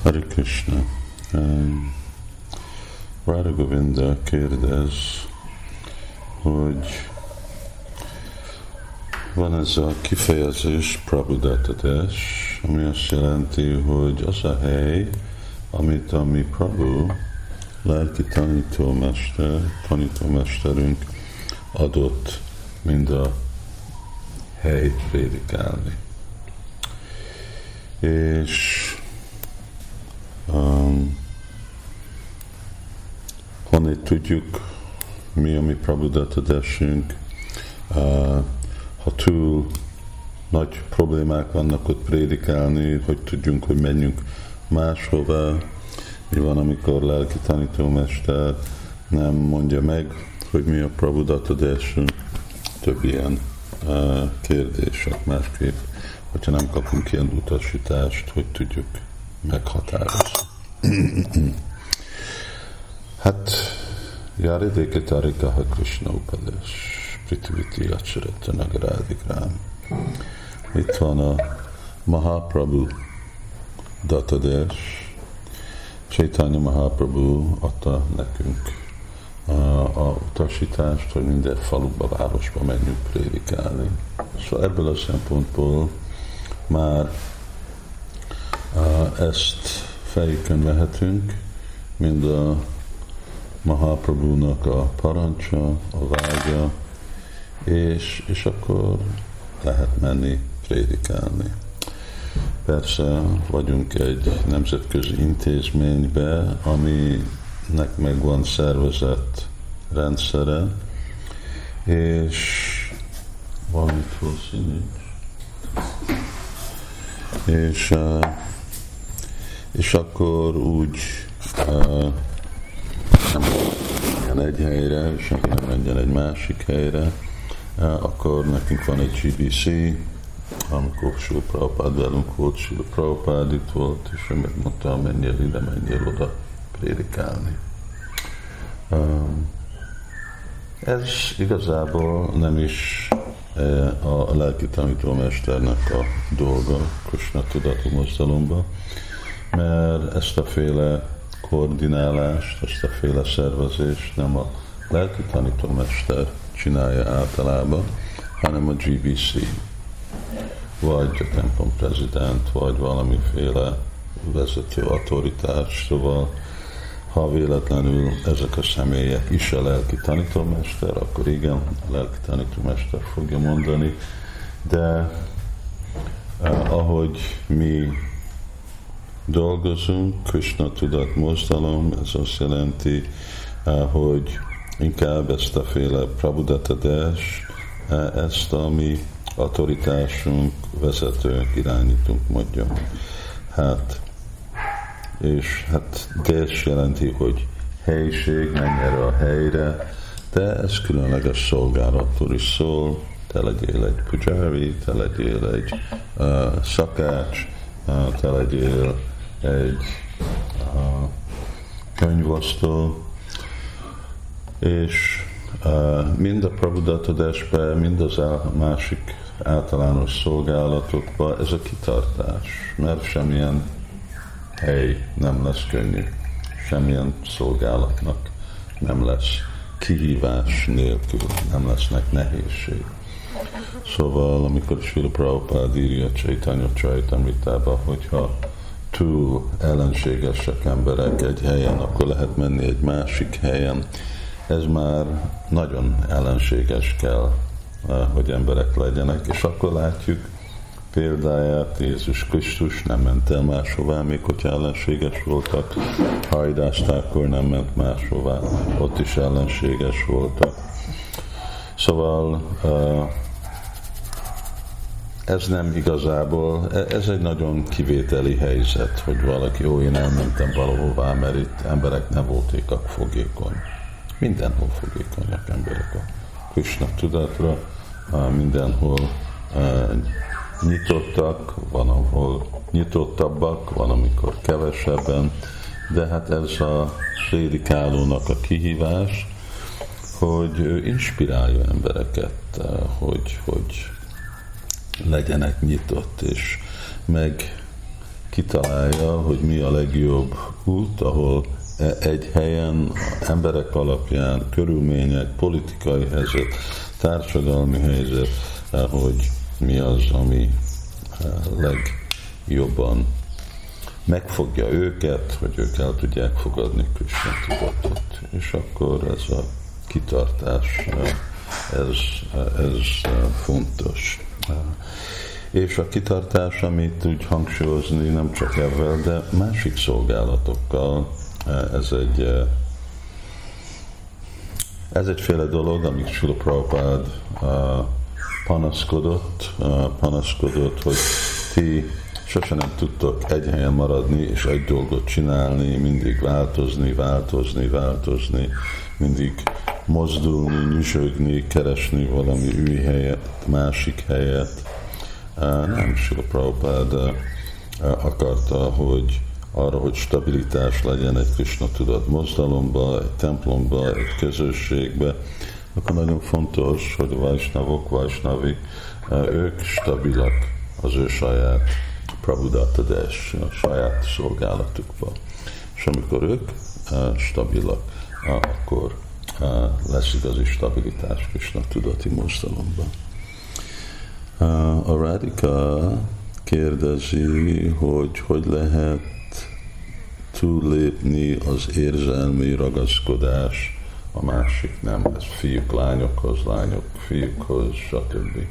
Hare Krishna. Radha Govinda kérdez, hogy van ez a kifejezés Prabhudatta Desh, ami azt jelenti, hogy az a hely, amit a mi Prabhu, lelki tanítómesterünk adott mind a hely prédikálni. És honnét tudjuk, mi a mi Prabhudatta Deshünk, ha túl nagy problémák vannak ott prédikálni, hogy tudjunk, hogy menjünk máshova. Mi van, amikor lelki tanítómester nem mondja meg, hogy mi a Prabhudatta Deshünk, több ilyen kérdések. Másképp, hogyha nem kapunk ilyen utasítást, hogy tudjuk meghatározni. Hát, Járidéke Tarikaha Krishna Upadesh, Pritiviti Acharata Nagaradigram. Itt van a Mahaprabhu Datta Desh. Chaitanya Mahaprabhu adta nekünk a utasítást, hogy minden faluba, városba menjünk prédikálni. Szóval ebből a szempontból már ezt fejükön vehetünk, mind a Mahaprabhunak a parancsa, a vágya, és akkor lehet menni prédikálni. Persze vagyunk egy nemzetközi intézménybe, aminek megvan szervezett rendszere, és valamit hozzá nincs. És akkor úgy nem menjen egy helyre, és nem menjen egy másik helyre, akkor nekünk van egy GBC, amikor Srila Prabhupád velünk volt, Srila Prabhupád itt volt, és ő megmondta, menjél ide, menjél oda prédikálni. Ez igazából nem is a lelki tanítómesternek a dolga Krishna tudatú mozdalomba, mert ezt a féle koordinálást, ezt a féle szervezést nem a lelki tanítómester csinálja általában, hanem a GBC, vagy a templom prezident, vagy valamiféle vezető autoritás. Szóval, ha véletlenül ezek a személyek is a lelki tanítómester, akkor igen, a lelki tanítómester fogja mondani, de ahogy mi dolgozunk, Krishna tudat mozdalom, ez azt jelenti, hogy inkább ezt a féle Prabhudatta Desh, ezt a mi autoritásunk, vezetőnk, irányítunk, mondja. És Desh jelenti, hogy helység, menj erre a helyre, de ez különleges szolgálattól is szól, te legyél egy pujari, te legyél egy szakács, te legyél egy könyvosztó, és mind a Prabhudatta Deshbe, mind az másik általános szolgálatokban ez a kitartás, mert semmilyen hely nem lesz könnyű, semmilyen szolgálatnak nem lesz kihívás nélkül, nem lesznek nehézség. Szóval, amikor Srila Prabhupád írja Chaitanya Charitamritába, hogyha túl ellenségesek emberek egy helyen, akkor lehet menni egy másik helyen. Ez már nagyon ellenséges kell, hogy emberek legyenek, és akkor látjuk példáját, Jézus Krisztus nem ment el máshová, még hogyha ellenséges voltak, hajdázták, akkor nem ment máshová, ott is ellenséges voltak. Szóval ez nem igazából, ez egy nagyon kivételi helyzet, hogy valaki, én elmentem valahová, mert itt emberek nem voltak fogékony. Mindenhol fogékonyak emberek a Krishna tudatra, mindenhol nyitottak, van ahol nyitottabbak, van amikor kevesebben, de hát ez a prédikálónak a kihívás, hogy ő inspirálja embereket, hogy legyenek nyitott, és kitalálja, hogy mi a legjobb út, ahol egy helyen emberek alapján, körülmények, politikai helyzet, társadalmi helyzet, hogy mi az, ami legjobban megfogja őket, hogy ők el tudják fogadni Krishna tudatot. És akkor ez a kitartás, ez fontos. És a kitartás, amit úgy hangsúlyozni nem csak ezzel, de másik szolgálatokkal, ez egyféle dolog, amit Srila Prabhupád panaszkodott, hogy ti sose nem tudtok egy helyen maradni és egy dolgot csinálni, mindig változni, mindig mozdulni, nyüzsögni, keresni valami új helyet, másik helyet. Nem, Srila Prabhupád akarta, hogy arra, hogy stabilitás legyen egy Krishna tudat mozdalomba, egy templomba, egy közösségbe, akkor nagyon fontos, hogy a Vaisnavik, ők stabilak az ő saját Prabhudattadesh, a saját szolgálatukban. És amikor ők stabilak, akkor lesz igazi stabilitás Krishna tudati mozdalomban. A Radhika kérdezi, hogy lehet túllépni az érzelmi ragaszkodás a másik nem, ez fiúk lányokhoz, lányok fiúkhoz, stb.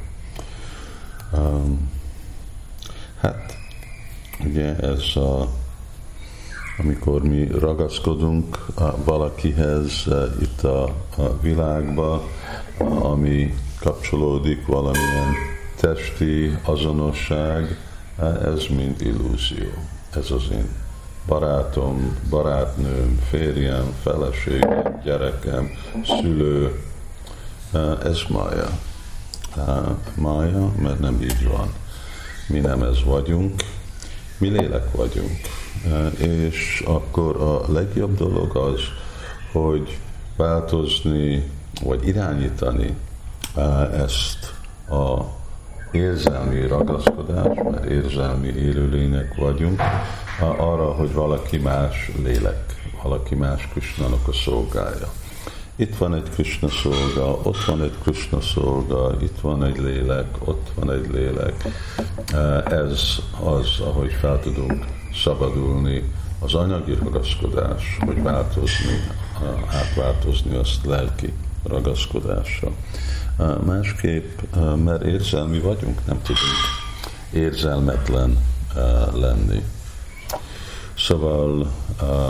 Hát, ugye ez amikor mi ragaszkodunk valakihez itt a világba, ami kapcsolódik valamilyen testi azonosság, ez mind illúzió. Ez az én barátom, barátnőm, férjem, feleségem, gyerekem, szülő, ez mája. Mája, mert nem így van. Mi nem ez vagyunk, mi lélek vagyunk. És akkor a legjobb dolog az, hogy változni, vagy irányítani ezt a érzelmi ragaszkodást, mert érzelmi élőlények vagyunk, arra, hogy valaki más lélek, valaki más Krishnának a szolgája. Itt van egy Krishna szolga, ott van egy Krishna szolga, itt van egy lélek, ott van egy lélek. Ez az, ahogy fel tudunk szabadulni az anyagi ragaszkodás, hogy átváltozni azt lelki ragaszkodásra. Másképp, mert érzelmi vagyunk, nem tudunk érzelmetlen lenni. Szóval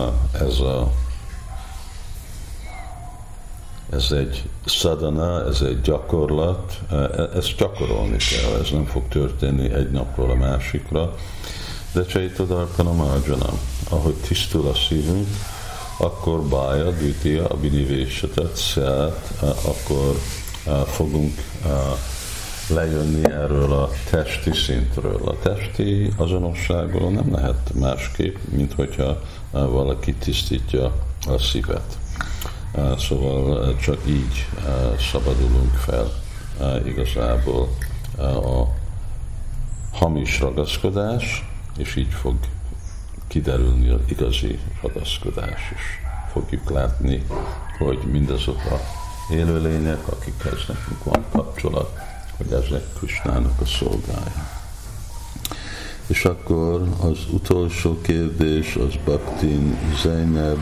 ez egy sadhana, ez egy gyakorlat, ezt gyakorolni kell, ez nem fog történni egy napról a másikra, de Chaitanya Arjuna, ahogy tisztul a szívünk, akkor bája, dvitiya, abhinivesatat, szát, akkor fogunk lejönni erről a testi szintről. A testi azonosságról nem lehet másképp, mint hogyha valaki tisztítja a szívet. Szóval csak így szabadulunk fel igazából a hamis ragaszkodás, és így fog kiderülni az igazi ragaszkodás, és fogjuk látni, hogy mindazok a élőlények, akikhez nekünk van kapcsolat, hogy ezek Krishnának a szolgája. És akkor az utolsó kérdés, az Bhaktin Zainab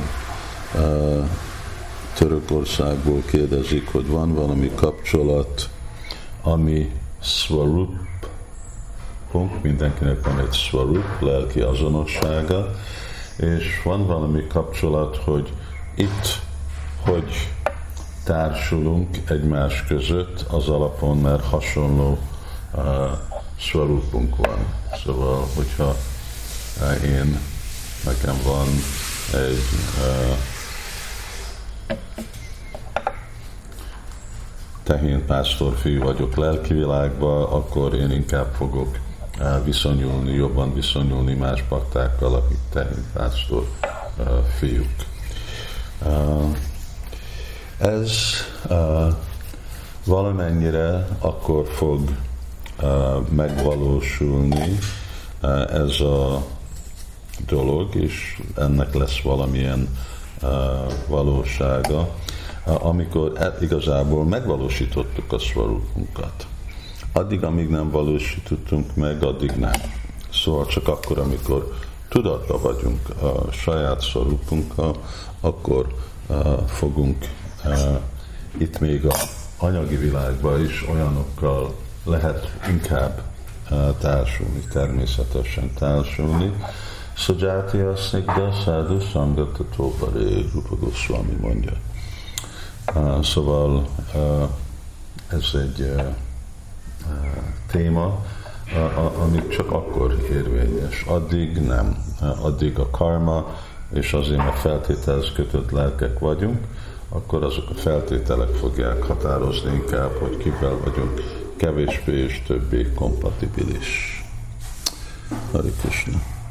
Törökországból kérdezik, hogy van valami kapcsolat, ami Swarup, mindenkinek van egy Swarup, lelki azonossága, és van valami kapcsolat, hogy itt, hogy társulunk egymás között az alapon, mert hasonló Swarupunk van. Szóval, hogyha nekem van egy tehén pásztorfiú vagyok lelki világban, akkor én inkább fogok viszonyulni, jobban viszonyulni más baktákkal, akik tehén pásztor fiúk. Ez valamennyire akkor fog megvalósulni ez a dolog, és ennek lesz valamilyen valósága, amikor igazából megvalósítottuk a szvarupunkat. Addig, amíg nem valósítottunk meg, addig nem. Szóval csak akkor, amikor tudatban vagyunk a saját szvarupunkkal, akkor fogunk itt még a anyagi világban is olyanokkal lehet inkább társulni, természetesen társulni. Sajátya Snigdha Sadhu Sangata Topare, Rupa Goswami mondja. Szóval ez egy téma, ami csak akkor érvényes. Addig nem. Addig a karma, és azért, mert feltételhez kötött lelkek vagyunk, akkor azok a feltételek fogják határozni inkább, hogy kivel vagyunk kevésbé és többé kompatibilis. Hare Krishna.